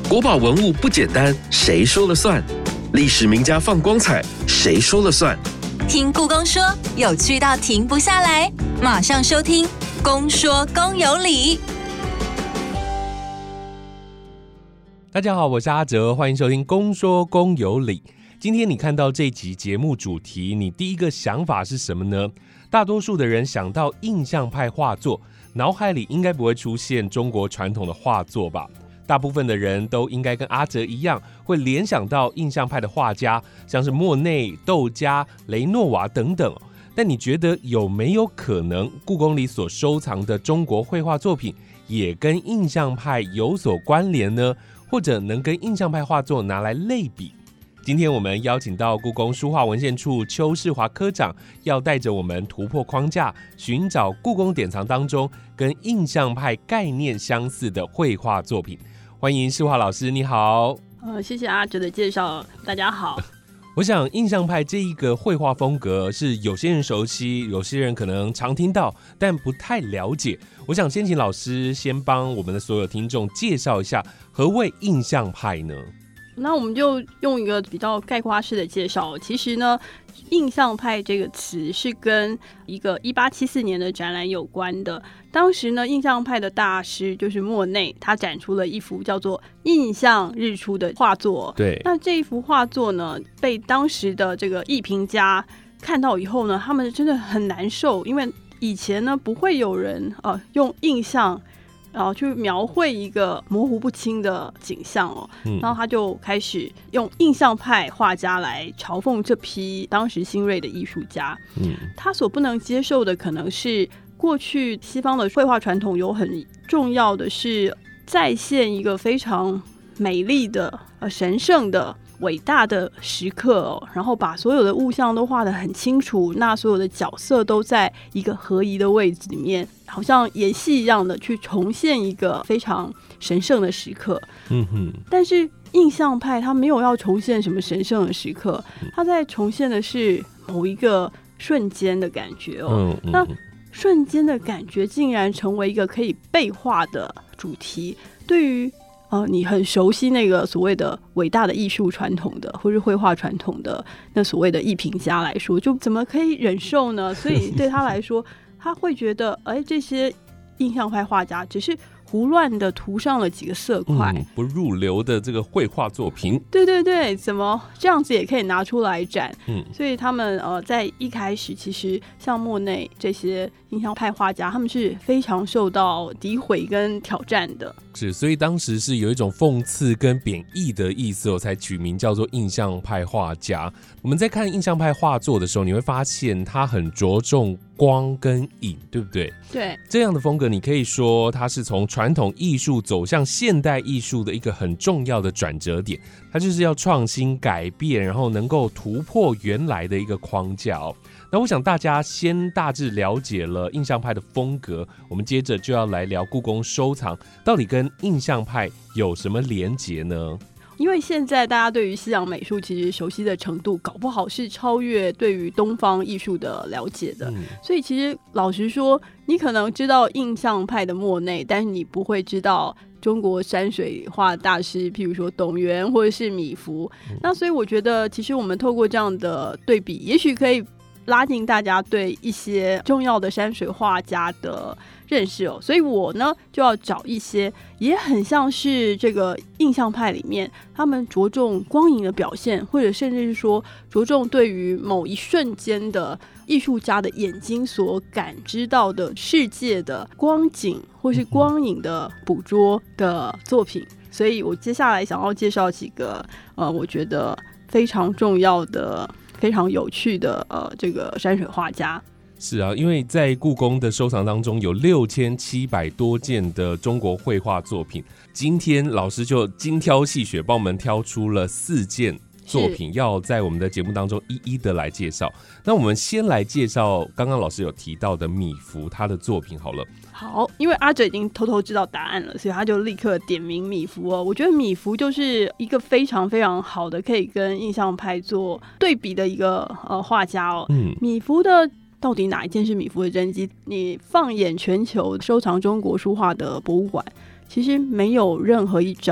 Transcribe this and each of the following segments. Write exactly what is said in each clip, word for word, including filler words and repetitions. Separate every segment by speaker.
Speaker 1: 国宝文物不简单，谁说了算？历史名家放光彩，谁说了算？
Speaker 2: 听故宫说，有趣到停不下来，马上收听《公说公有理》。
Speaker 3: 大家好，我是阿哲，欢迎收听《公说公有理》。今天你看到这集节目主题，你第一个想法是什么呢？大多数的人想到印象派画作，脑海里应该不会出现中国传统的画作吧？大部分的人都应该跟阿哲一样，会联想到印象派的画家，像是莫内、窦加、雷诺瓦等等。但你觉得有没有可能，故宫里所收藏的中国绘画作品也跟印象派有所关联呢？或者能跟印象派画作拿来类比？今天我们邀请到故宫书画文献处邱世华科长，要带着我们突破框架，寻找故宫典藏当中跟印象派概念相似的绘画作品。欢迎世华老师，你好。
Speaker 4: 呃，谢谢阿哲的介绍，大家好。
Speaker 3: 我想印象派这一个绘画风格是有些人熟悉，有些人可能常听到，但不太了解。我想先请老师先帮我们的所有听众介绍一下何谓印象派呢？
Speaker 4: 那我们就用一个比较概括式的介绍。其实呢，印象派这个词是跟一个一八七四年的展览有关的。当时呢，印象派的大师就是莫内，他展出了一幅叫做《印象日出》的画作。
Speaker 3: 对，
Speaker 4: 那这一幅画作呢，被当时的这个艺评家看到以后呢，他们真的很难受，因为以前呢不会有人呃用印象然后去描绘一个模糊不清的景象哦，嗯、然后他就开始用印象派画家来嘲讽这批当时新锐的艺术家。嗯，他所不能接受的可能是过去西方的绘画传统有很重要的是再现一个非常美丽的、呃神圣的、伟大的时刻哦，然后把所有的物象都画得很清楚，那所有的角色都在一个合宜的位置里面，好像演戏一样的去重现一个非常神圣的时刻。嗯哼，但是印象派他没有要重现什么神圣的时刻，他在重现的是某一个瞬间的感觉哦。嗯嗯，那瞬间的感觉竟然成为一个可以被画的主题，对于呃，你很熟悉那个所谓的伟大的艺术传统的，或是绘画传统的那所谓的艺评家来说，就怎么可以忍受呢？所以对他来说，他会觉得，哎，这些印象派画家只是胡乱的涂上了几个色块，
Speaker 3: 嗯，不入流的这个绘画作品。
Speaker 4: 对对对，怎么这样子也可以拿出来展？嗯，所以他们呃在一开始，其实像莫内这些印象派画家，他们是非常受到诋毁跟挑战的。
Speaker 3: 是，所以当时是有一种讽刺跟贬义的意思，我才取名叫做印象派画家。我们在看印象派画作的时候，你会发现它很着重光跟影，对不对？
Speaker 4: 对，
Speaker 3: 这样的风格，你可以说它是从传统艺术走向现代艺术的一个很重要的转折点。它就是要创新改变，然后能够突破原来的一个框架哦。那我想大家先大致了解了印象派的风格，我们接着就要来聊故宫收藏到底跟印象派有什么连结呢？
Speaker 4: 因为现在大家对于西洋美术其实熟悉的程度，搞不好是超越对于东方艺术的了解的。嗯、所以其实老实说，你可能知道印象派的莫内，但是你不会知道中国山水画大师，譬如说董源或者是米芾。嗯、那所以我觉得，其实我们透过这样的对比，也许可以拉近大家对一些重要的山水画家的认识哦。所以我呢就要找一些也很像是这个印象派里面他们着重光影的表现，或者甚至是说着重对于某一瞬间的艺术家的眼睛所感知到的世界的光景或是光影的捕捉的作品。所以我接下来想要介绍几个呃，我觉得非常重要的非常有趣的呃，这个山水画家。
Speaker 3: 是啊，因为在故宫的收藏当中有六千七百多件的中国绘画作品，今天老师就精挑细选帮我们挑出了四件作品，要在我们的节目当中一一的来介绍。那我们先来介绍刚刚老师有提到的米芾他的作品好了。
Speaker 4: 好，因为阿哲已经偷偷知道答案了，所以他就立刻点名米芾哦。我觉得米芾就是一个非常非常好的可以跟印象派做对比的一个呃画家哦。嗯，米芾的到底哪一件是米芾的真迹？你放眼全球收藏中国书画的博物馆，其实没有任何一张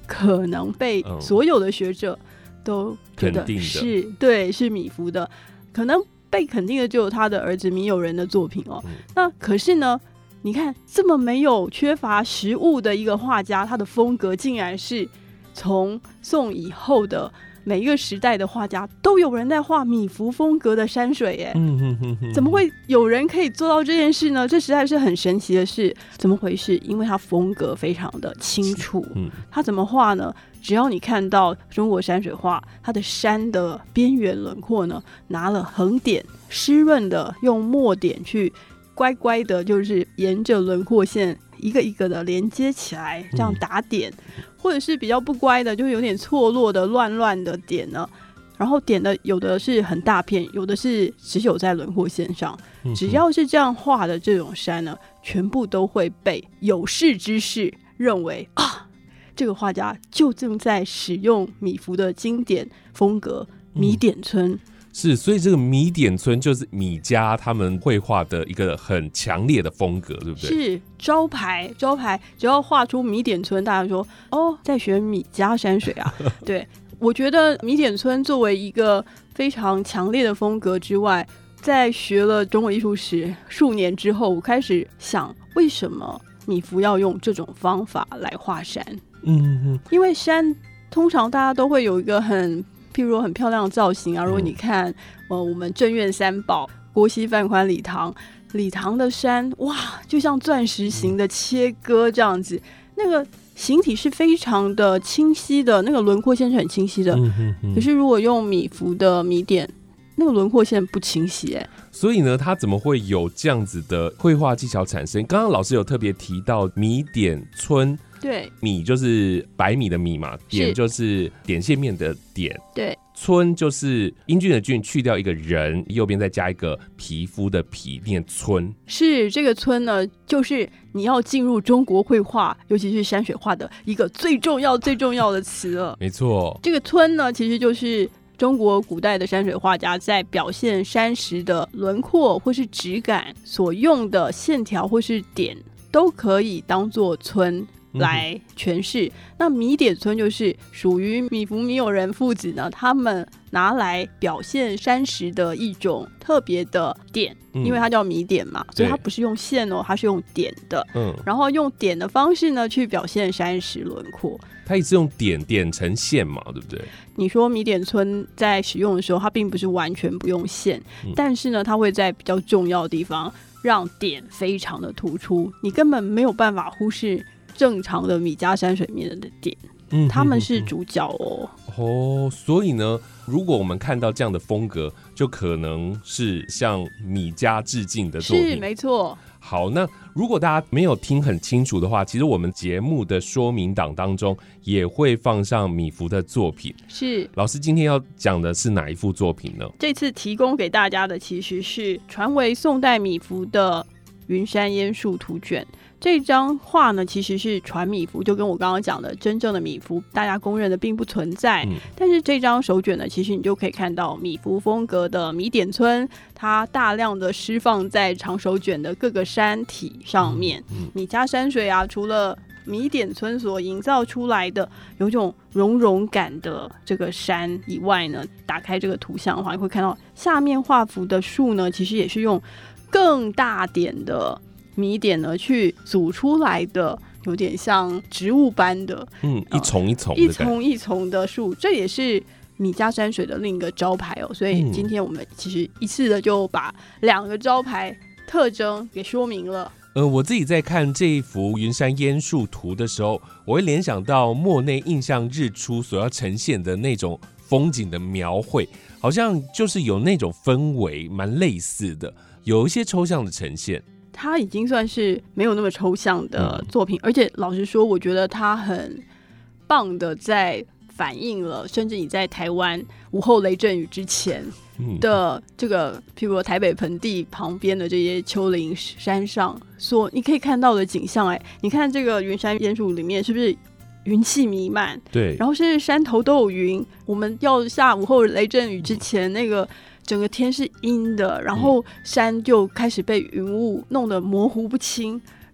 Speaker 4: 可能被所有的学者都觉得是、嗯、对是米芾的，可能被肯定的就有他的儿子米友仁的作品哦、嗯。那可是呢，你看这么没有缺乏实物的一个画家，他的风格竟然是从宋以后的每一个时代的画家都有人在画米芾风格的山水耶、嗯、哼哼哼，怎么会有人可以做到这件事呢？这实在是很神奇的事。怎么回事？因为他风格非常的清楚、嗯、他怎么画呢？只要你看到中国山水画，它的山的边缘轮廓呢，拿了横点湿润的用墨点去乖乖的就是沿着轮廓线一个一个的连接起来，这样打点、嗯、或者是比较不乖的，就有点错落的乱乱的点呢，然后点的有的是很大片，有的是只有在轮廓线上、嗯、只要是这样画的这种山呢，全部都会被有识之士认为啊，这个画家就正在使用米芾的经典风格米点村、嗯，
Speaker 3: 是，所以这个米点村就是米家他们绘画的一个很强烈的风格，对不对？
Speaker 4: 是招牌，招牌，只要画出米点村，大家说哦，在学米家山水啊。对，我觉得米点村作为一个非常强烈的风格之外，在学了中国艺术史数年之后，我开始想，为什么米芾要用这种方法来画山？嗯哼，因为山通常大家都会有一个很。譬如说很漂亮的造型啊，如果你看、呃、我们镇院三宝郭熙、范宽、李唐，李唐的山哇，就像钻石形的切割这样子，那个形体是非常的清晰的，那个轮廓线是很清晰的、嗯哼哼，可是如果用米芾的米点，那个轮廓线不清晰耶。
Speaker 3: 所以呢，它怎么会有这样子的绘画技巧产生？刚刚老师有特别提到米点村，
Speaker 4: 对，
Speaker 3: 米就是白米的米嘛，点就是点线面的点，
Speaker 4: 对，
Speaker 3: 村就是英俊的俊，去掉一个人，右边再加一个皮肤的皮，念村。
Speaker 4: 是这个村呢，就是你要进入中国绘画，尤其是山水画的一个最重要最重要的词了。
Speaker 3: 没错，
Speaker 4: 这个村呢，其实就是中国古代的山水画家在表现山石的轮廓或是质感所用的线条或是点，都可以当作村来诠释、嗯、那米点村就是属于米芾米友仁父子呢，他们拿来表现山石的一种特别的点、嗯、因为它叫米点嘛，所以它不是用线哦，它是用点的、嗯、然后用点的方式呢去表现山石轮廓，
Speaker 3: 它也是用点点成线嘛，对不对？
Speaker 4: 你说米点村在使用的时候，它并不是完全不用线、嗯、但是呢它会在比较重要的地方让点非常的突出，你根本没有办法忽视正常的米家山水面的点，嗯，他们是主角哦。
Speaker 3: 哦，所以呢，如果我们看到这样的风格，就可能是向米家致敬的作品。
Speaker 4: 是，没错。
Speaker 3: 好，那如果大家没有听很清楚的话，其实我们节目的说明档当中也会放上米芾的作品。
Speaker 4: 是，
Speaker 3: 老师今天要讲的是哪一幅作品呢？
Speaker 4: 这次提供给大家的其实是传为宋代米芾的云山烟树图卷。这张画呢，其实是传米芾，就跟我刚刚讲的真正的米芾大家公认的并不存在、嗯、但是这张手卷呢，其实你就可以看到米芾风格的米点村，它大量的释放在长手卷的各个山体上面、嗯嗯、米家山水啊，除了米点村所营造出来的有种融融感的这个山以外呢，打开这个图像的话，你会看到下面画幅的树呢，其实也是用更大点的米点呢去组出来的，有点像植物般的，
Speaker 3: 嗯，一丛一丛的、
Speaker 4: 呃、一丛一丛的树，这也是米家山水的另一个招牌哦。所以今天我们其实一次的就把两个招牌特征给说明了。
Speaker 3: 呃，我自己在看这一幅云山烟树图的时候，我会联想到莫内印象日出所要呈现的那种风景的描绘，好像就是有那种氛围蛮类似的，有一些抽象的呈现。
Speaker 4: 它已经算是没有那么抽象的作品、嗯、而且老实说我觉得它很棒的在反映了甚至你在台湾午后雷阵雨之前的这个譬如说台北盆地旁边的这些丘陵山上所你可以看到的景象。哎，你看这个云山烟树里面是不是云气弥漫？
Speaker 3: 对，
Speaker 4: 然后甚至山头都有云，我们要下午后雷阵雨之前那个整个天是阴的，然后山就开始被云雾弄得模糊不清，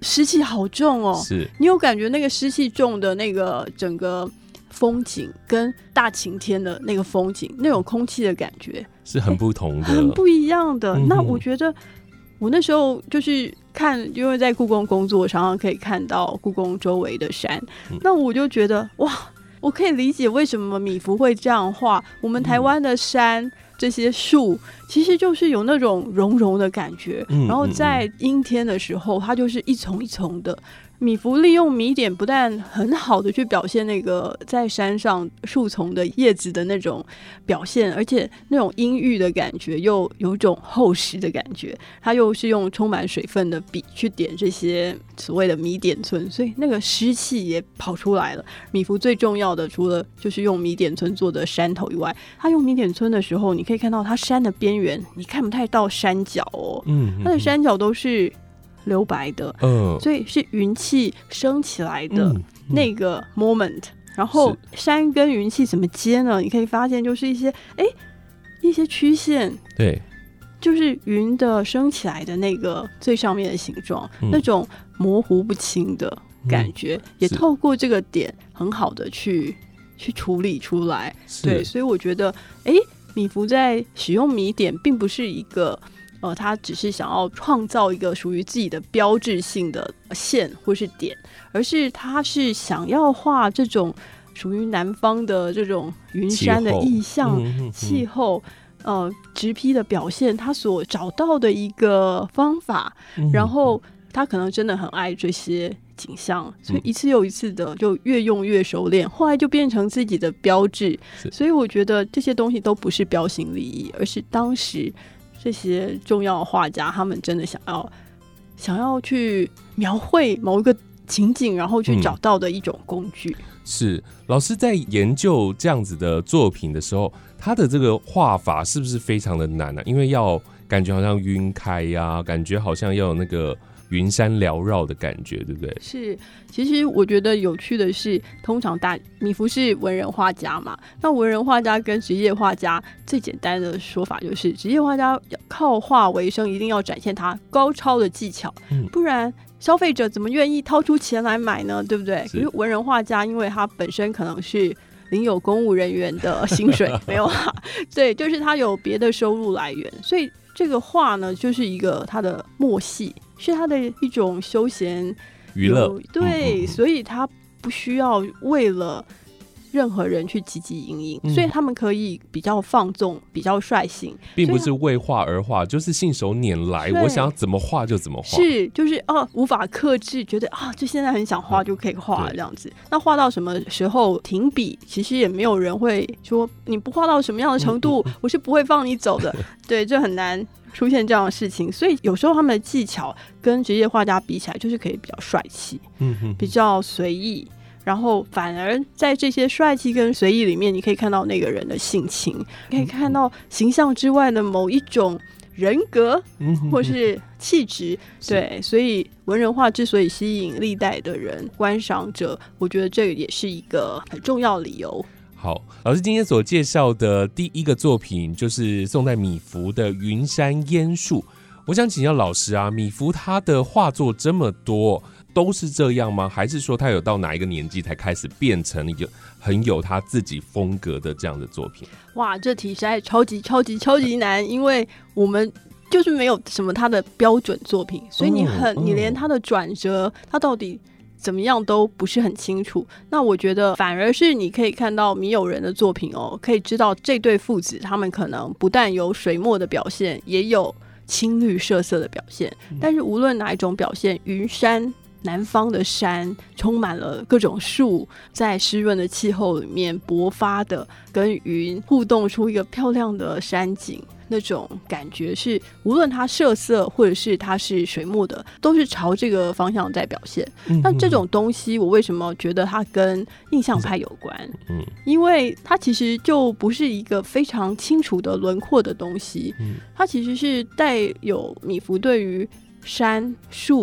Speaker 4: 湿气好重哦，
Speaker 3: 是
Speaker 4: 你有感觉那个湿气重的那个整个风景跟大晴天的那个风景，那种空气的感觉
Speaker 3: 是很不同的，
Speaker 4: 很不一样的。
Speaker 3: 嗯、
Speaker 4: 那我觉得我那时候就是看，因为在故宫工作，常常可以看到故宫周围的山，嗯、那我就觉得哇，我可以理解为什么米芾会这样画。我们台湾的山、嗯、这些树其实就是有那种融融的感觉、嗯、然后在阴天的时候它就是一丛一丛的。米芾利用米点不但很好的去表现那个在山上树丛的叶子的那种表现，而且那种阴郁的感觉又有种厚实的感觉，它又是用充满水分的笔去点这些所谓的米点村，所以那个湿气也跑出来了。米芾最重要的除了就是用米点村做的山头以外，他用米点村的时候你可以看到它山的边缘你看不太到山脚哦，嗯，它的山脚都是留白的、嗯、所以是云气升起来的那个 moment、嗯嗯、然后山跟云气怎么接呢？你可以发现就是一些哎一些曲线，
Speaker 3: 对，
Speaker 4: 就是云的升起来的那个最上面的形状、嗯、那种模糊不清的感觉、嗯、也透过这个点很好的去去处理出来。对，所以我觉得哎，米芾在使用米点并不是一个呃，他只是想要创造一个属于自己的标志性的线或是点，而是他是想要画这种属于南方的这种云山的意象、气候、嗯、呃直批的表现，他所找到的一个方法、嗯、然后他可能真的很爱这些景象，所以一次又一次的就越用越熟练，后来就变成自己的标志。所以我觉得这些东西都不是标新立异，而是当时这些重要的画家他们真的想要想要去描绘某一个情景，然后去找到的一种工具、嗯、
Speaker 3: 是老师在研究这样子的作品的时候，他的这个画法是不是非常的难呢、啊？因为要感觉好像晕开呀、啊，感觉好像要有那个云山缭绕的感觉，对不对？
Speaker 4: 是，其实我觉得有趣的是，通常大米芾是文人画家嘛，那文人画家跟职业画家最简单的说法就是，职业画家靠画为生，一定要展现他高超的技巧，嗯、不然消费者怎么愿意掏出钱来买呢？对不对？可是文人画家，因为他本身可能是领有公务人员的薪水，没有啊？对，就是他有别的收入来源，所以这个画呢，就是一个他的默戏。是他的一种休闲
Speaker 3: 娱乐，
Speaker 4: 对、嗯嗯嗯，所以他不需要为了任何人去汲汲营营、嗯，所以他们可以比较放纵，比较率性，
Speaker 3: 并不是为画而画，就是信手拈来，我想要怎么画就怎么画，
Speaker 4: 是就是哦，无法克制，觉得啊，就现在很想画就可以画这样子、嗯。那画到什么时候停笔，其实也没有人会说你不画到什么样的程度，嗯嗯、我是不会放你走的。对，这很难出现这样的事情，所以有时候他们的技巧跟职业画家比起来，就是可以比较帅气，嗯哼，比较随意，然后反而在这些帅气跟随意里面，你可以看到那个人的性情，可以看到形象之外的某一种人格，嗯，或是气质，对，所以文人画之所以吸引历代的人观赏者，我觉得这个也是一个很重要的理由。
Speaker 3: 好，老师今天所介绍的第一个作品就是宋代米芾的云山烟树。我想请教老师啊，米芾他的画作这么多，都是这样吗？还是说他有到哪一个年纪才开始变成一个很有他自己风格的这样的作品？
Speaker 4: 哇，这题实在超级超级超级难，因为我们就是没有什么他的标准作品，所以你很、嗯、你连他的转折，他到底怎么样都不是很清楚。那我觉得反而是你可以看到米友人的作品哦，可以知道这对父子他们可能不但有水墨的表现，也有青绿色色的表现，但是无论哪一种表现，云山南方的山充满了各种树，在湿润的气候里面勃发的跟云互动出一个漂亮的山景，那种感觉是无论它色色或者是它是水墨的，都是朝这个方向在表现、嗯、那这种东西我为什么觉得它跟印象派有关、嗯、因为它其实就不是一个非常清楚的轮廓的东西、嗯、它其实是带有米芾对于山树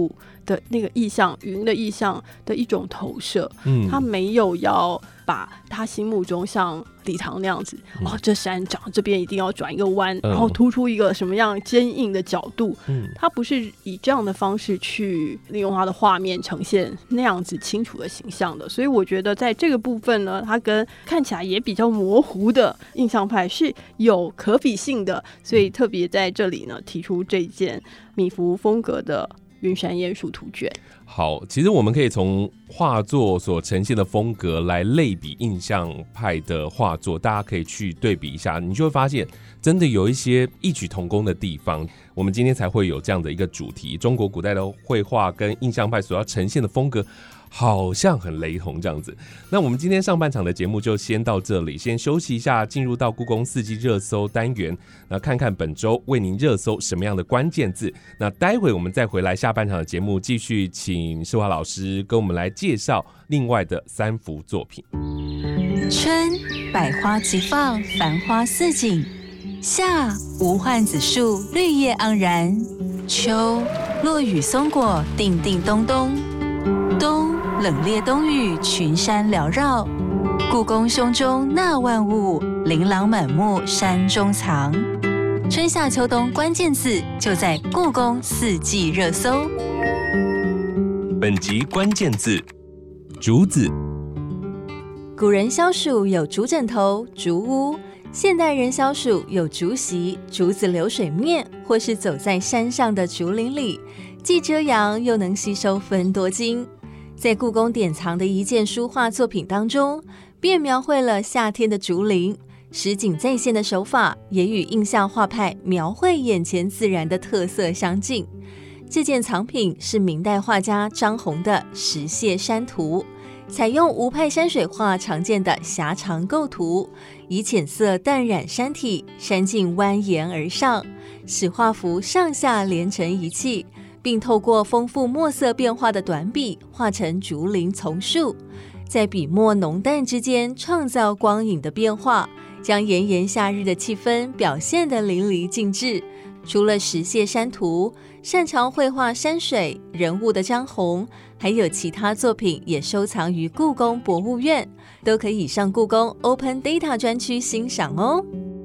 Speaker 4: 的那个意象，云的意象的一种投射。
Speaker 3: 嗯，
Speaker 4: 他没有要把他心目中像礼堂那样子，嗯、哦，这山长这边一定要转一个弯，嗯、然后突出一个什么样坚硬的角度。嗯，他不是以这样的方式去利用他的画面呈现那样子清楚的形象的。所以我觉得在这个部分呢，他跟看起来也比较模糊的印象派是有可比性的。所以特别在这里呢，提出这件米芾风格的云山鼹鼠图卷。
Speaker 3: 好，其实我们可以从画作所呈现的风格来类比印象派的画作，大家可以去对比一下，你就会发现真的有一些异曲同工的地方。我们今天才会有这样的一个主题，中国古代的绘画跟印象派所要呈现的风格好像很雷同这样子。那我们今天上半场的节目就先到这里，先休息一下，进入到故宫四季热搜单元，那看看本周为您热搜什么样的关键字。那待会我们再回来下半场的节目，继续请世华老师跟我们来介绍另外的三幅作品。
Speaker 2: 春，百花齐放，繁花似锦；夏，无患子树，绿叶盎然；秋，落雨松果，叮叮咚咚；冬，冷冽冬雨，群山缭绕。故宫胸中纳万物，琳琅满目山中藏。春夏秋冬关键字就在故宫四季热搜。
Speaker 3: 本集关键字：竹子。
Speaker 2: 古人消暑有竹枕头、竹屋，现代人消暑有竹席、竹子流水面，或是走在山上的竹林里，既遮阳又能吸收芬多精。在故宫典藏的一件书画作品当中，便描绘了夏天的竹林，实景再现的手法也与印象画派描绘眼前自然的特色相近。这件藏品是明代画家张宏的《石蟹山图》，采用吴派山水画常见的狭长构图，以浅色淡染山体，山径蜿蜒而上，使画幅上下连成一气，并透过丰富墨色变化的短笔画成竹林丛树，在笔墨浓淡之间创造光影的变化，将炎炎夏日的气氛表现得淋漓尽致。除了《石蟹山图》，擅长绘画山水人物的张宏，还有其他作品也收藏于故宫博物院，都可以上故宫 Open Data 专区欣赏哦。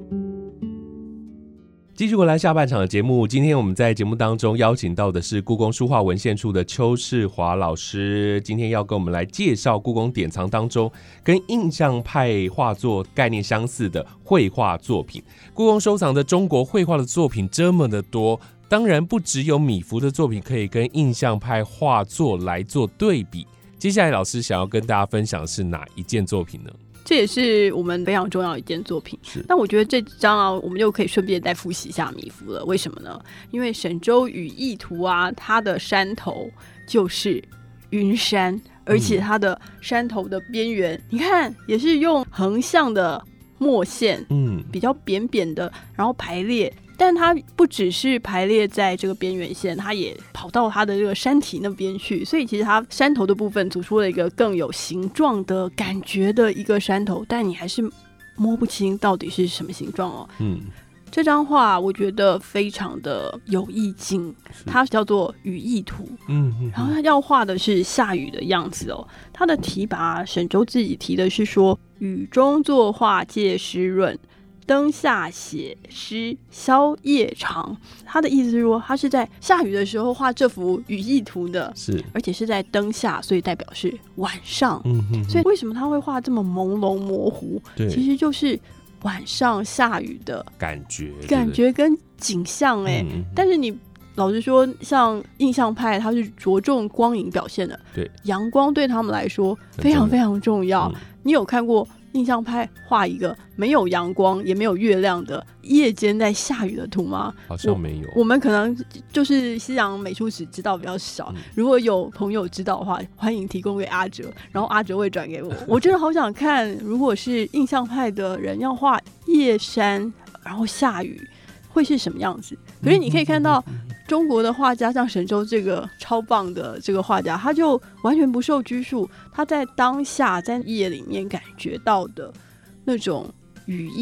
Speaker 3: 继续回来下半场的节目，今天我们在节目当中邀请到的是故宫书画文献处的邱世华老师，今天要跟我们来介绍故宫典藏当中跟印象派画作概念相似的绘画作品。故宫收藏的中国绘画的作品这么的多，当然不只有米芾的作品可以跟印象派画作来做对比。接下来老师想要跟大家分享的是哪一件作品呢？
Speaker 4: 这也是我们非常重要的一件作品。那我觉得这张啊，我们就可以顺便再复习一下米芾了。为什么呢？因为沈周羽翼图啊，它的山头就是云山，而且它的山头的边缘，嗯、你看也是用横向的墨线，嗯，比较扁扁的，然后排列。但它不只是排列在这个边缘线，它也跑到它的这个山体那边去，所以其实它山头的部分组出了一个更有形状的感觉的一个山头，但你还是摸不清到底是什么形状哦。嗯，这张画我觉得非常的有意境，它叫做羽翼图。嗯，然后它要画的是下雨的样子哦。它的题跋沈周自己提的是说：雨中作画借湿润，灯下写诗宵夜长。他的意思是说，他是在下雨的时候画这幅羽翼图的，是，而且是在灯下，所以代表是晚上。嗯哼哼，所以为什么他会画这么朦胧模糊？对，其实就是晚上下雨的
Speaker 3: 感觉，
Speaker 4: 感觉跟景象哎、欸嗯。但是你老实说，像印象派，它是着重光影表现的，对，阳光对他们来说非常非常重要。嗯、你有看过印象派画一个没有阳光也没有月亮的夜间在下雨的图吗？
Speaker 3: 好像没有。
Speaker 4: 我, 我们可能就是西洋美术史知道比较少、嗯、如果有朋友知道的话，欢迎提供给阿哲，然后阿哲会转给我。我真的好想看，如果是印象派的人要画夜山然后下雨会是什么样子。可是你可以看到中国的画家，像沈周这个超棒的这个画家，他就完全不受拘束，他在当下在夜里面感觉到的那种羽翼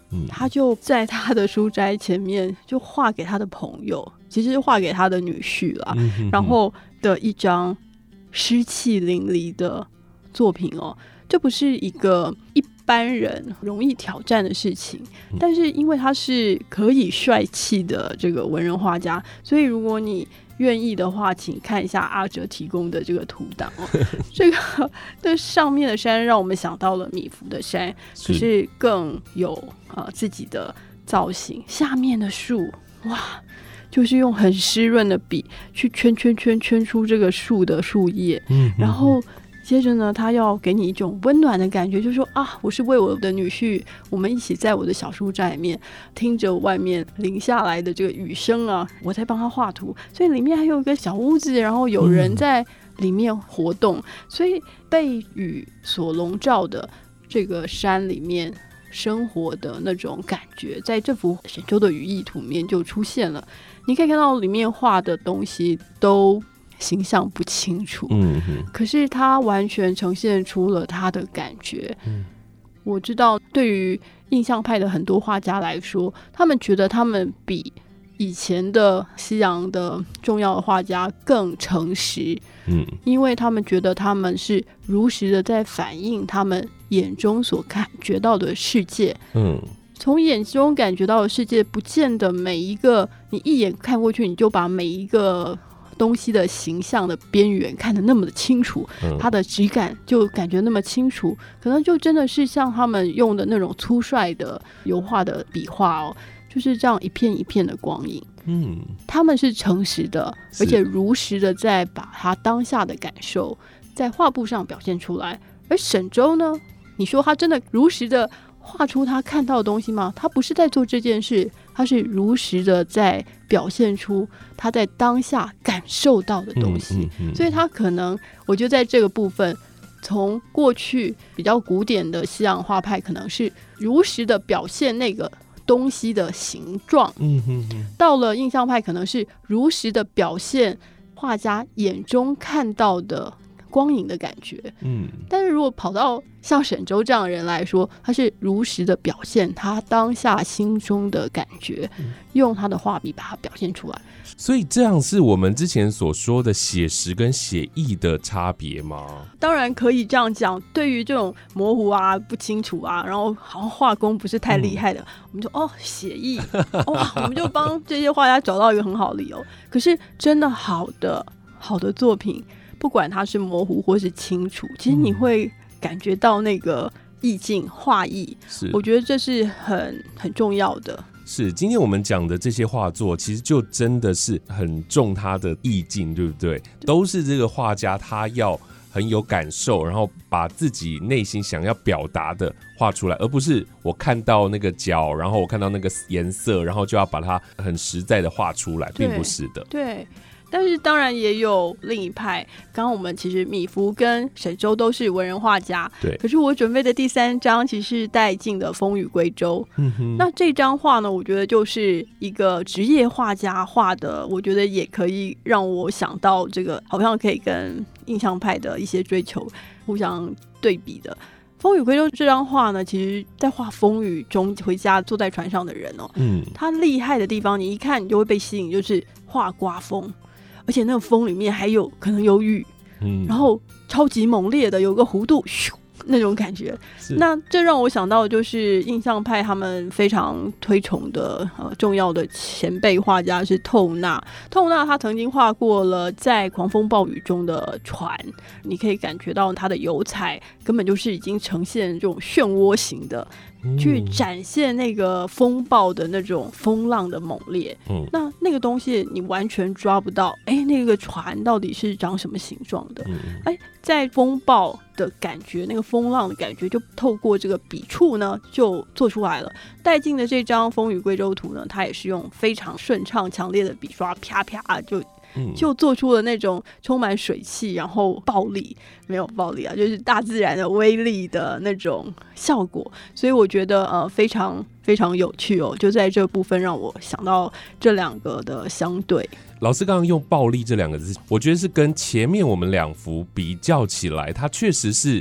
Speaker 3: 嗯，
Speaker 4: 他就在他的书斋前面就画给他的朋友，其实是画给他的女婿啦，
Speaker 3: 嗯、哼哼
Speaker 4: 然后的一张湿气淋漓的作品哦，这不是一个一般人容易挑战的事情，但是因为他是可以帅气的这个文人画家，所以如果你愿意的话，请看一下阿哲提供的这个图档哦。这个这上面的山让我们想到了米芾的山，可是更有呃自己的造型。下面的树，哇，就是用很湿润的笔去圈圈圈圈出这个树的树叶，嗯，然后接着呢，他要给你一种温暖的感觉，就是说啊，我是为我的女婿，我们一起在我的小书斋里面听着外面淋下来的这个雨声啊，我在帮他画图，所以里面还有一个小屋子，然后有人在里面活动，嗯、所以被雨所笼罩的这个山里面生活的那种感觉，在这幅沈周的羽翼图里面就出现了。你可以看到里面画的东西都形象不清楚，嗯哼，可是它完全呈现出了它的感觉。嗯，我知道对于印象派的很多画家来说，他们觉得他们比以前的西洋的重要的画家更诚实，嗯，因为他们觉得他们是如实的在反映他们眼中所感觉到的世界，嗯。从眼中感觉到的世界，不见得每一个你一眼看过去，你就把每一个东西的形象的边缘看得那么的清楚，嗯、它的质感就感觉那么清楚，可能就真的是像他们用的那种粗率的油画的笔画哦，就是这样一片一片的光影。嗯，他们是诚实的，而且如实的在把他当下的感受在画布上表现出来。而沈周呢，你说他真的如实的画出他看到的东西吗？他不是在做这件事，他是如实的在表现出他在当下感受到的东西，嗯嗯嗯、所以他可能我觉得在这个部分，从过去比较古典的西洋画派可能是如实的表现那个东西的形状，嗯嗯嗯、到了印象派可能是如实的表现画家眼中看到的光影的感觉，嗯，但是如果跑到像沈周这样的人来说，他是如实的表现他当下心中的感觉，嗯、用他的画笔把它表现出来。
Speaker 3: 所以这样是我们之前所说的写实跟写意的差别吗？
Speaker 4: 当然可以这样讲。对于这种模糊啊、不清楚啊，然后好像画工不是太厉害的，嗯、我们就哦写意，哇，我们就帮这些画家找到一个很好的理由。可是真的好的好的作品，不管它是模糊或是清楚，其实你会感觉到那个意境、画意，我觉得这是很很重要的。
Speaker 3: 是，今天我们讲的这些画作，其实就真的是很重它的意境，对不对？都是这个画家他要很有感受，然后把自己内心想要表达的画出来，而不是我看到那个角，然后我看到那个颜色，然后就要把它很实在的画出来，并不是的。
Speaker 4: 对。但是当然也有另一派，刚刚我们其实米芾跟沈周都是文人画家，
Speaker 3: 对。
Speaker 4: 可是我准备的第三张其实是戴进的《风雨归舟》，嗯哼。那这张画呢，我觉得就是一个职业画家画的，我觉得也可以让我想到这个，好像可以跟印象派的一些追求互相对比的。《风雨归舟》这张画呢，其实在画风雨中回家坐在船上的人哦，嗯，他厉害的地方，你一看你就会被吸引，就是画刮风。而且那个风里面还有可能有雨，嗯，然后超级猛烈的有个弧度咻那种感觉。那这让我想到的就是印象派他们非常推崇的呃重要的前辈画家是透纳。透纳他曾经画过了在狂风暴雨中的船，你可以感觉到他的油彩根本就是已经呈现这种漩涡型的，去展现那个风暴的那种风浪的猛烈，嗯，那那个东西你完全抓不到，哎，那个船到底是长什么形状的？哎、嗯，在风暴的感觉，那个风浪的感觉，就透过这个笔触呢，就做出来了。戴进的这张《风雨归舟图》呢，它也是用非常顺畅、强烈的笔刷，啪啪就。就做出了那种充满水汽，然后暴力没有暴力啊，就是大自然的威力的那种效果，所以我觉得呃非常非常有趣哦。就在这部分让我想到这两个的相对。
Speaker 3: 老师刚刚用暴力这两个字，我觉得是跟前面我们两幅比较起来，它确实是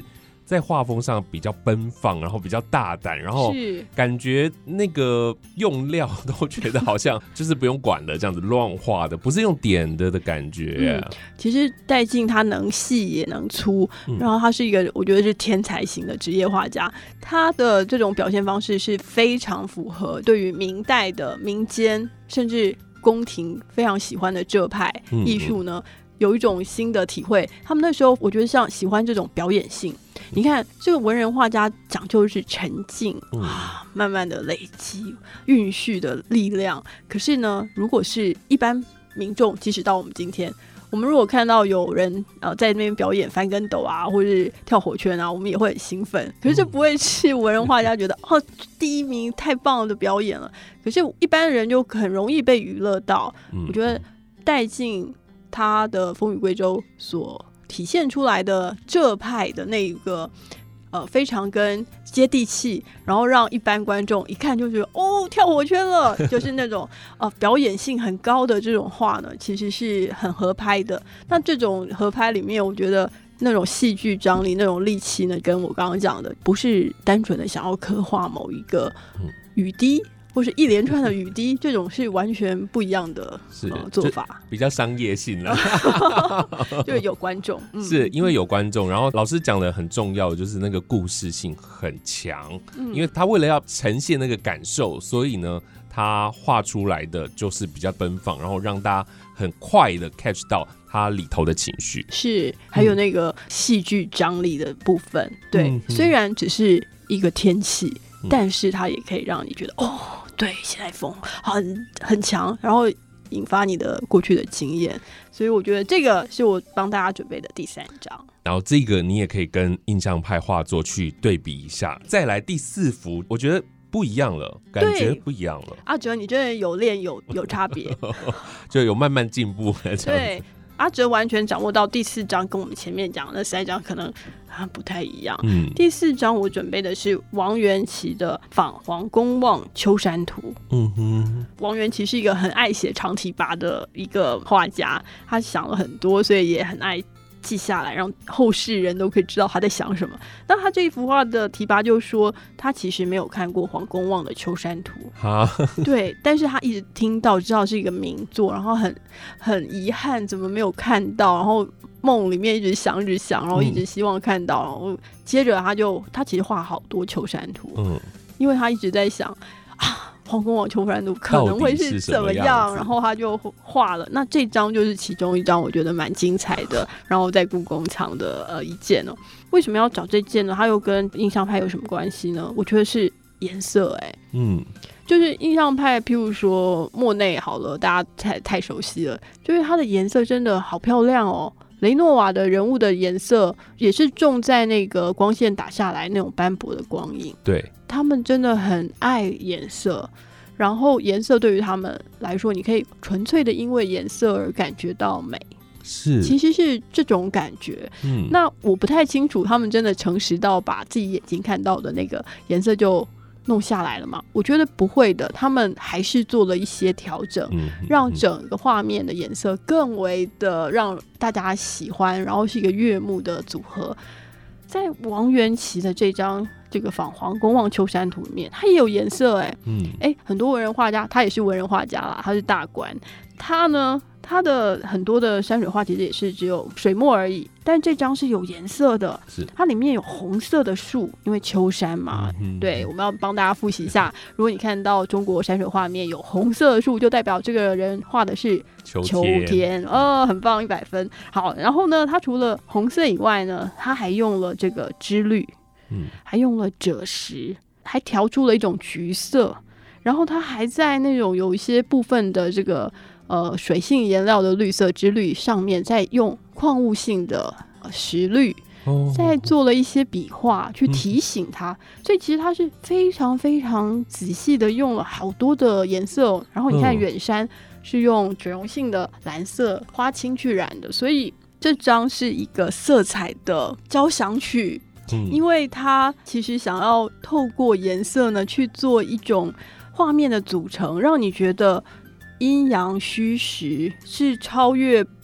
Speaker 3: 在画风上比较奔放，然后比较大胆，然后感觉那个用料都觉得好像就是不用管了，这样子乱画的，不是用点的的感觉。嗯、
Speaker 4: 其实戴进他能细也能粗，然后他是一个我觉得是天才型的职业画家，他的这种表现方式是非常符合对于明代的民间甚至宫廷非常喜欢的这派艺术呢。嗯嗯有一种新的体会，他们那时候我觉得像喜欢这种表演性。你看这个文人画家讲究的是沉静、嗯、啊，慢慢的累积蕴蓄的力量。可是呢，如果是一般民众，即使到我们今天，我们如果看到有人呃在那边表演翻跟斗啊，或是跳火圈啊，我们也会很兴奋。可是这不会是文人画家觉得哦第一名太棒了的表演了。可是一般人就很容易被娱乐到。嗯、我觉得戴进他的风雨贵州所体现出来的这派的那个呃非常跟接地气，然后让一般观众一看就觉得哦跳火圈了，就是那种呃表演性很高的这种画呢，其实是很合拍的。那这种合拍里面，我觉得那种戏剧张力、那种力气呢，跟我刚刚讲的，不是单纯的想要刻画某一个雨滴。或是一连串的雨滴，这种是完全不一样的、呃、做法，
Speaker 3: 比较商业性了。
Speaker 4: 就有观众、
Speaker 3: 嗯、是因为有观众，然后老师讲的很重要，就是那个故事性很强、嗯、因为他为了要呈现那个感受，所以呢他画出来的就是比较奔放，然后让大家很快的 catch 到他里头的情绪，是
Speaker 4: 还有那个戏剧张力的部分、嗯、对、嗯、虽然只是一个天气、嗯、但是它也可以让你觉得哦对，现在风很很强，然后引发你的过去的经验，所以我觉得这个是我帮大家准备的第三章。
Speaker 3: 然后这个你也可以跟印象派画作去对比一下。再来第四幅，我觉得不一样了，感觉不一样了。
Speaker 4: 阿哲，你真的有练有有差别，
Speaker 3: 就有慢慢进步了这样子。
Speaker 4: 对。阿哲完全掌握到第四章，跟我们前面讲的那三章可能、啊、不太一样、嗯、第四章我准备的是王元祁的《访黄公望秋山图》。嗯哼，王元祁是一个很爱写长题跋的一个画家，他想了很多，所以也很爱记下来，让后世人都可以知道他在想什么。那他这一幅画的题跋就说他其实没有看过黄公望的秋山图，对，但是他一直听到知道是一个名作，然后很很遗憾怎么没有看到，然后梦里面一直想一直想，然后一直希望看到、嗯、然后接着他就他其实画好多秋山图、嗯、因为他一直在想啊黄公望秋山图可能会是怎么样，然后他就画了。那这张就是其中一张我觉得蛮精彩的，然后在故宫藏的呃一件哦。为什么要找这件呢？它又跟印象派有什么关系呢？我觉得是颜色哎、欸，嗯，就是印象派，譬如说莫内好了，大家太太熟悉了，就是它的颜色真的好漂亮哦。雷诺瓦的人物的颜色也是重在那个光线打下来那种斑驳的光影，
Speaker 3: 对，
Speaker 4: 他们真的很爱颜色，然后颜色对于他们来说，你可以纯粹的因为颜色而感觉到美，
Speaker 3: 是，
Speaker 4: 其实是这种感觉。嗯，那我不太清楚他们真的诚实到把自己眼睛看到的那个颜色就弄下来了吗？我觉得不会的，他们还是做了一些调整、嗯、让整个画面的颜色更为的让大家喜欢，然后是一个悦目的组合。在王元祁的这张这个《访黄公望秋山图》里面，它也有颜色哎、欸，嗯，哎，很多文人画家，他也是文人画家啦，他是大官，他呢，他的很多的山水画其实也是只有水墨而已，但这张是有颜色的，是它里面有红色的树，因为秋山嘛，嗯、对，我们要帮大家复习一下，如果你看到中国山水画里面有红色的树，就代表这个人画的是秋天，秋天哦，很棒，一百分。好，然后呢，他除了红色以外呢，他还用了这个芝绿。嗯，还用了赭石，还调出了一种橘色，然后它还在那种有一些部分的这个呃水性颜料的绿色之绿上面，再用矿物性的、呃、石绿，哦、再做了一些笔画去提醒它、嗯，所以其实它是非常非常仔细的用了好多的颜色、哦。然后你看远山是用水溶性的蓝色花青去染的，所以这张是一个色彩的交响曲。嗯、因为他其实想要透过颜色呢去做一种画面的组成，让你觉得阴阳虚实是超越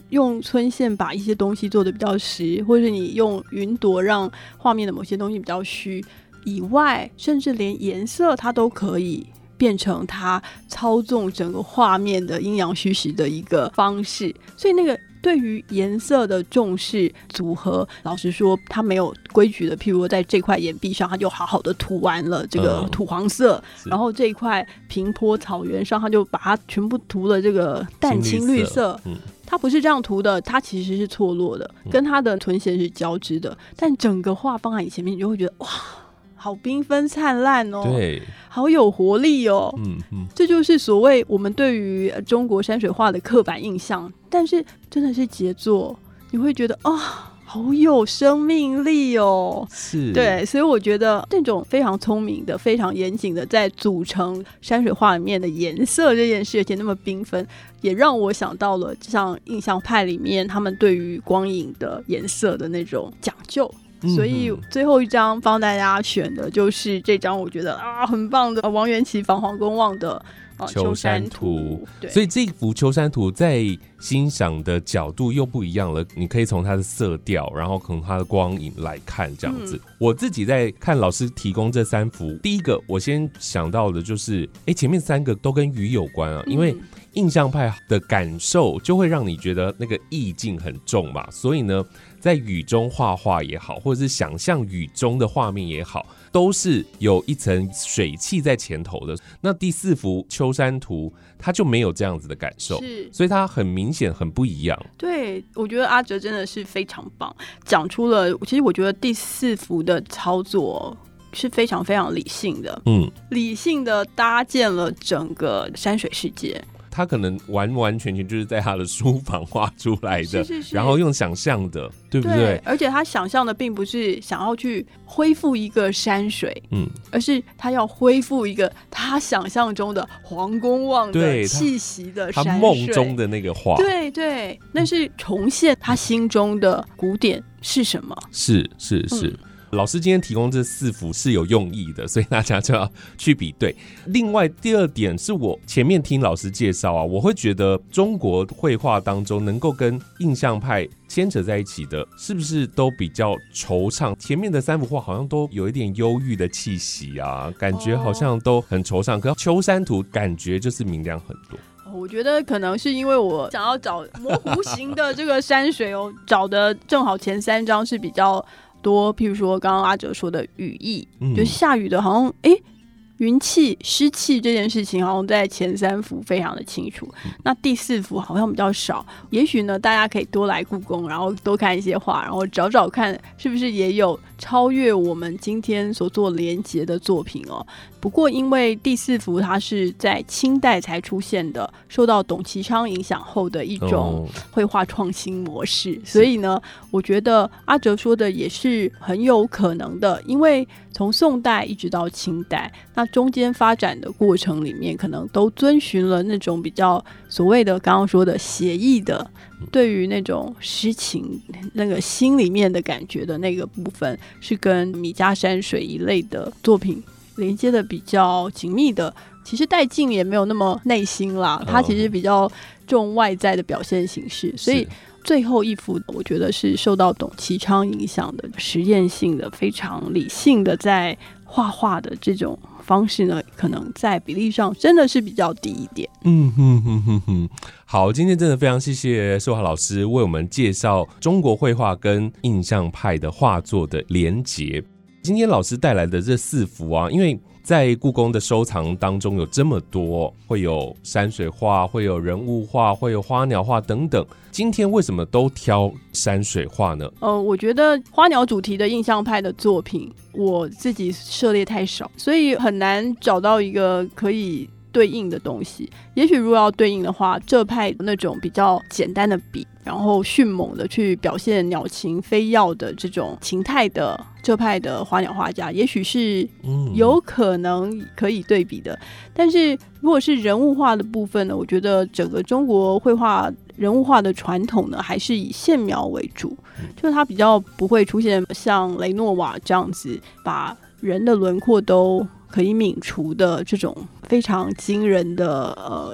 Speaker 4: 用村线把一些东西做得比较实，或者你用云朵让画面的某些东西比较虚以外，甚至连颜色它都可以变成它操纵整个画面的阴阳虚实的一个方式。所以那个对于颜色的重视组合，老实说它没有规矩的，譬如说在这块岩壁上它就好好的涂完了这个土黄色、嗯、然后这一块平坡草原上它就把它全部涂了这个淡青绿色，嗯，它不是这样涂的，它其实是错落的，跟它的臀线是交织的，但整个画放在你前面，你就会觉得哇，好缤纷灿烂哦，
Speaker 3: 对，
Speaker 4: 好有活力哦，
Speaker 3: 嗯嗯，
Speaker 4: 这就是所谓我们对于中国山水画的刻板印象。但是真的是杰作，你会觉得啊、哦，好有生命力哦，
Speaker 3: 是，
Speaker 4: 对，所以我觉得这种非常聪明的、非常严谨的在组成山水画里面的颜色这件事，而且那么缤纷，也让我想到了像印象派里面他们对于光影的颜色的那种讲究。所以最后一张帮大家选的就是这张我觉得啊很棒的王元祁仿黄公望的、呃、秋山图。
Speaker 3: 所以这幅秋山图在欣赏的角度又不一样了，你可以从它的色调，然后从它的光影来看这样子、嗯、我自己在看老师提供这三幅，第一个我先想到的就是哎，前面三个都跟雨有关啊，因为印象派的感受就会让你觉得那个意境很重嘛，所以呢在雨中画画也好，或者是想象雨中的画面也好，都是有一层水汽在前头的。那第四幅秋山图它就没有这样子的感受，所以它很明显很不一样。
Speaker 4: 对，我觉得阿哲真的是非常棒，讲出了其实我觉得第四幅的操作是非常非常理性的，嗯，理性的搭建了整个山水世界。
Speaker 3: 他可能完完全全就是在他的书房画出来的，是是是，然后用想象的，对不 对, 对？
Speaker 4: 而且他想象的并不是想要去恢复一个山水，嗯，而是他要恢复一个他想象中的黄公望的气息的山水，
Speaker 3: 他梦中的那个画，
Speaker 4: 对对，那是重现他心中的古典是什么？
Speaker 3: 是是是。嗯，老师今天提供这四幅是有用意的，所以大家就要去比对。另外第二点是我前面听老师介绍啊，我会觉得中国绘画当中能够跟印象派牵扯在一起的，是不是都比较惆怅？前面的三幅画好像都有一点忧郁的气息啊，感觉好像都很惆怅。可是秋山图感觉就是明亮很多。
Speaker 4: 我觉得可能是因为我想要找模糊型的这个山水哦，找的正好前三张是比较多，譬如说刚刚阿哲说的雨意、嗯、就下雨的好像哎，云气湿气这件事情好像在前三幅非常的清楚、嗯、那第四幅好像比较少，也许呢大家可以多来故宫，然后多看一些画，然后找找看是不是也有超越我们今天所做连结的作品哦。不过因为第四幅它是在清代才出现的，受到董其昌影响后的一种绘画创新模式、哦、所以呢我觉得阿哲说的也是很有可能的，因为从宋代一直到清代，那中间发展的过程里面可能都遵循了那种比较所谓的刚刚说的写意的，对于那种诗情那个心里面的感觉的那个部分是跟米家山水一类的作品连接的比较紧密的。其实带劲也没有那么内心啦，它其实比较重外在的表现形式，所以最后一幅我觉得是受到董其昌影响的实验性的非常理性的在画画的这种方式呢，可能在比例上真的是比较低一点。
Speaker 3: 嗯哼哼哼哼，好，今天真的非常谢谢寿华老师为我们介绍中国绘画跟印象派的画作的连结。今天老师带来的这四幅啊，因为在故宫的收藏当中有这么多，会有山水画，会有人物画，会有花鸟画等等，今天为什么都挑山水画呢？
Speaker 4: 呃，我觉得花鸟主题的印象派的作品我自己涉猎太少，所以很难找到一个可以对应的东西。也许如果要对应的话，这派那种比较简单的笔，然后迅猛的去表现鸟禽飞跃的这种情态的这派的花鸟画家，也许是有可能可以对比的、嗯、但是如果是人物画的部分呢，我觉得整个中国绘画人物画的传统呢，还是以线描为主、嗯、就是它比较不会出现像雷诺瓦这样子把人的轮廓都可以泯除的这种非常惊人的呃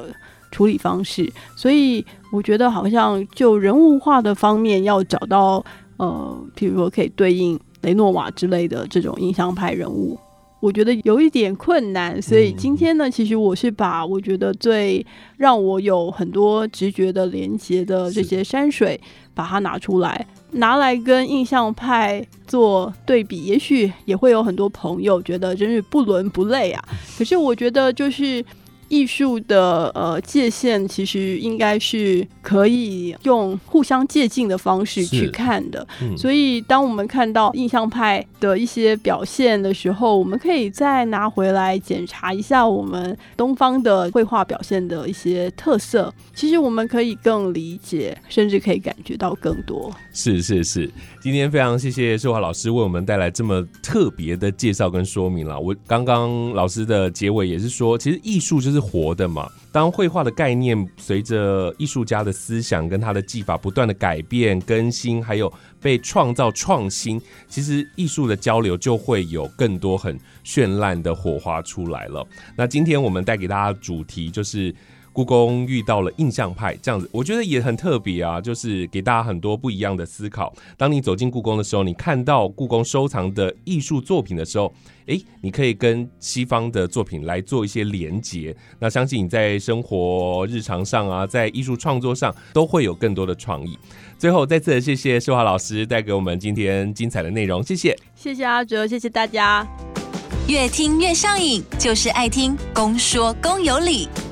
Speaker 4: 处理方式。所以我觉得好像就人物化的方面要找到呃，譬如说可以对应雷诺瓦之类的这种印象派人物，我觉得有一点困难。所以今天呢，其实我是把我觉得最让我有很多直觉的连结的这些山水把它拿出来，拿来跟印象派做对比，也许也会有很多朋友觉得真是不伦不类啊。可是我觉得就是艺术的呃界限其实应该是可以用互相借鉴的方式去看的、嗯、所以当我们看到印象派的一些表现的时候，我们可以再拿回来检查一下我们东方的绘画表现的一些特色，其实我们可以更理解，甚至可以感觉到更多。
Speaker 3: 是是是，今天非常谢谢世华老师为我们带来这么特别的介绍跟说明了。我刚刚老师的结尾也是说，其实艺术就是活的嘛，当绘画的概念随着艺术家的思想跟他的技法不断的改变更新，还有被创造创新，其实艺术的交流就会有更多很绚烂的火花出来了。那今天我们带给大家的主题就是故宫遇到了印象派，这样子我觉得也很特别啊，就是给大家很多不一样的思考。当你走进故宫的时候，你看到故宫收藏的艺术作品的时候，诶，你可以跟西方的作品来做一些连结，那相信你在生活日常上啊，在艺术创作上都会有更多的创意。最后再次谢谢世华老师带给我们今天精彩的内容，谢谢。
Speaker 4: 谢谢阿哲，谢谢大家。
Speaker 2: 越听越上瘾，就是爱听公说公有理。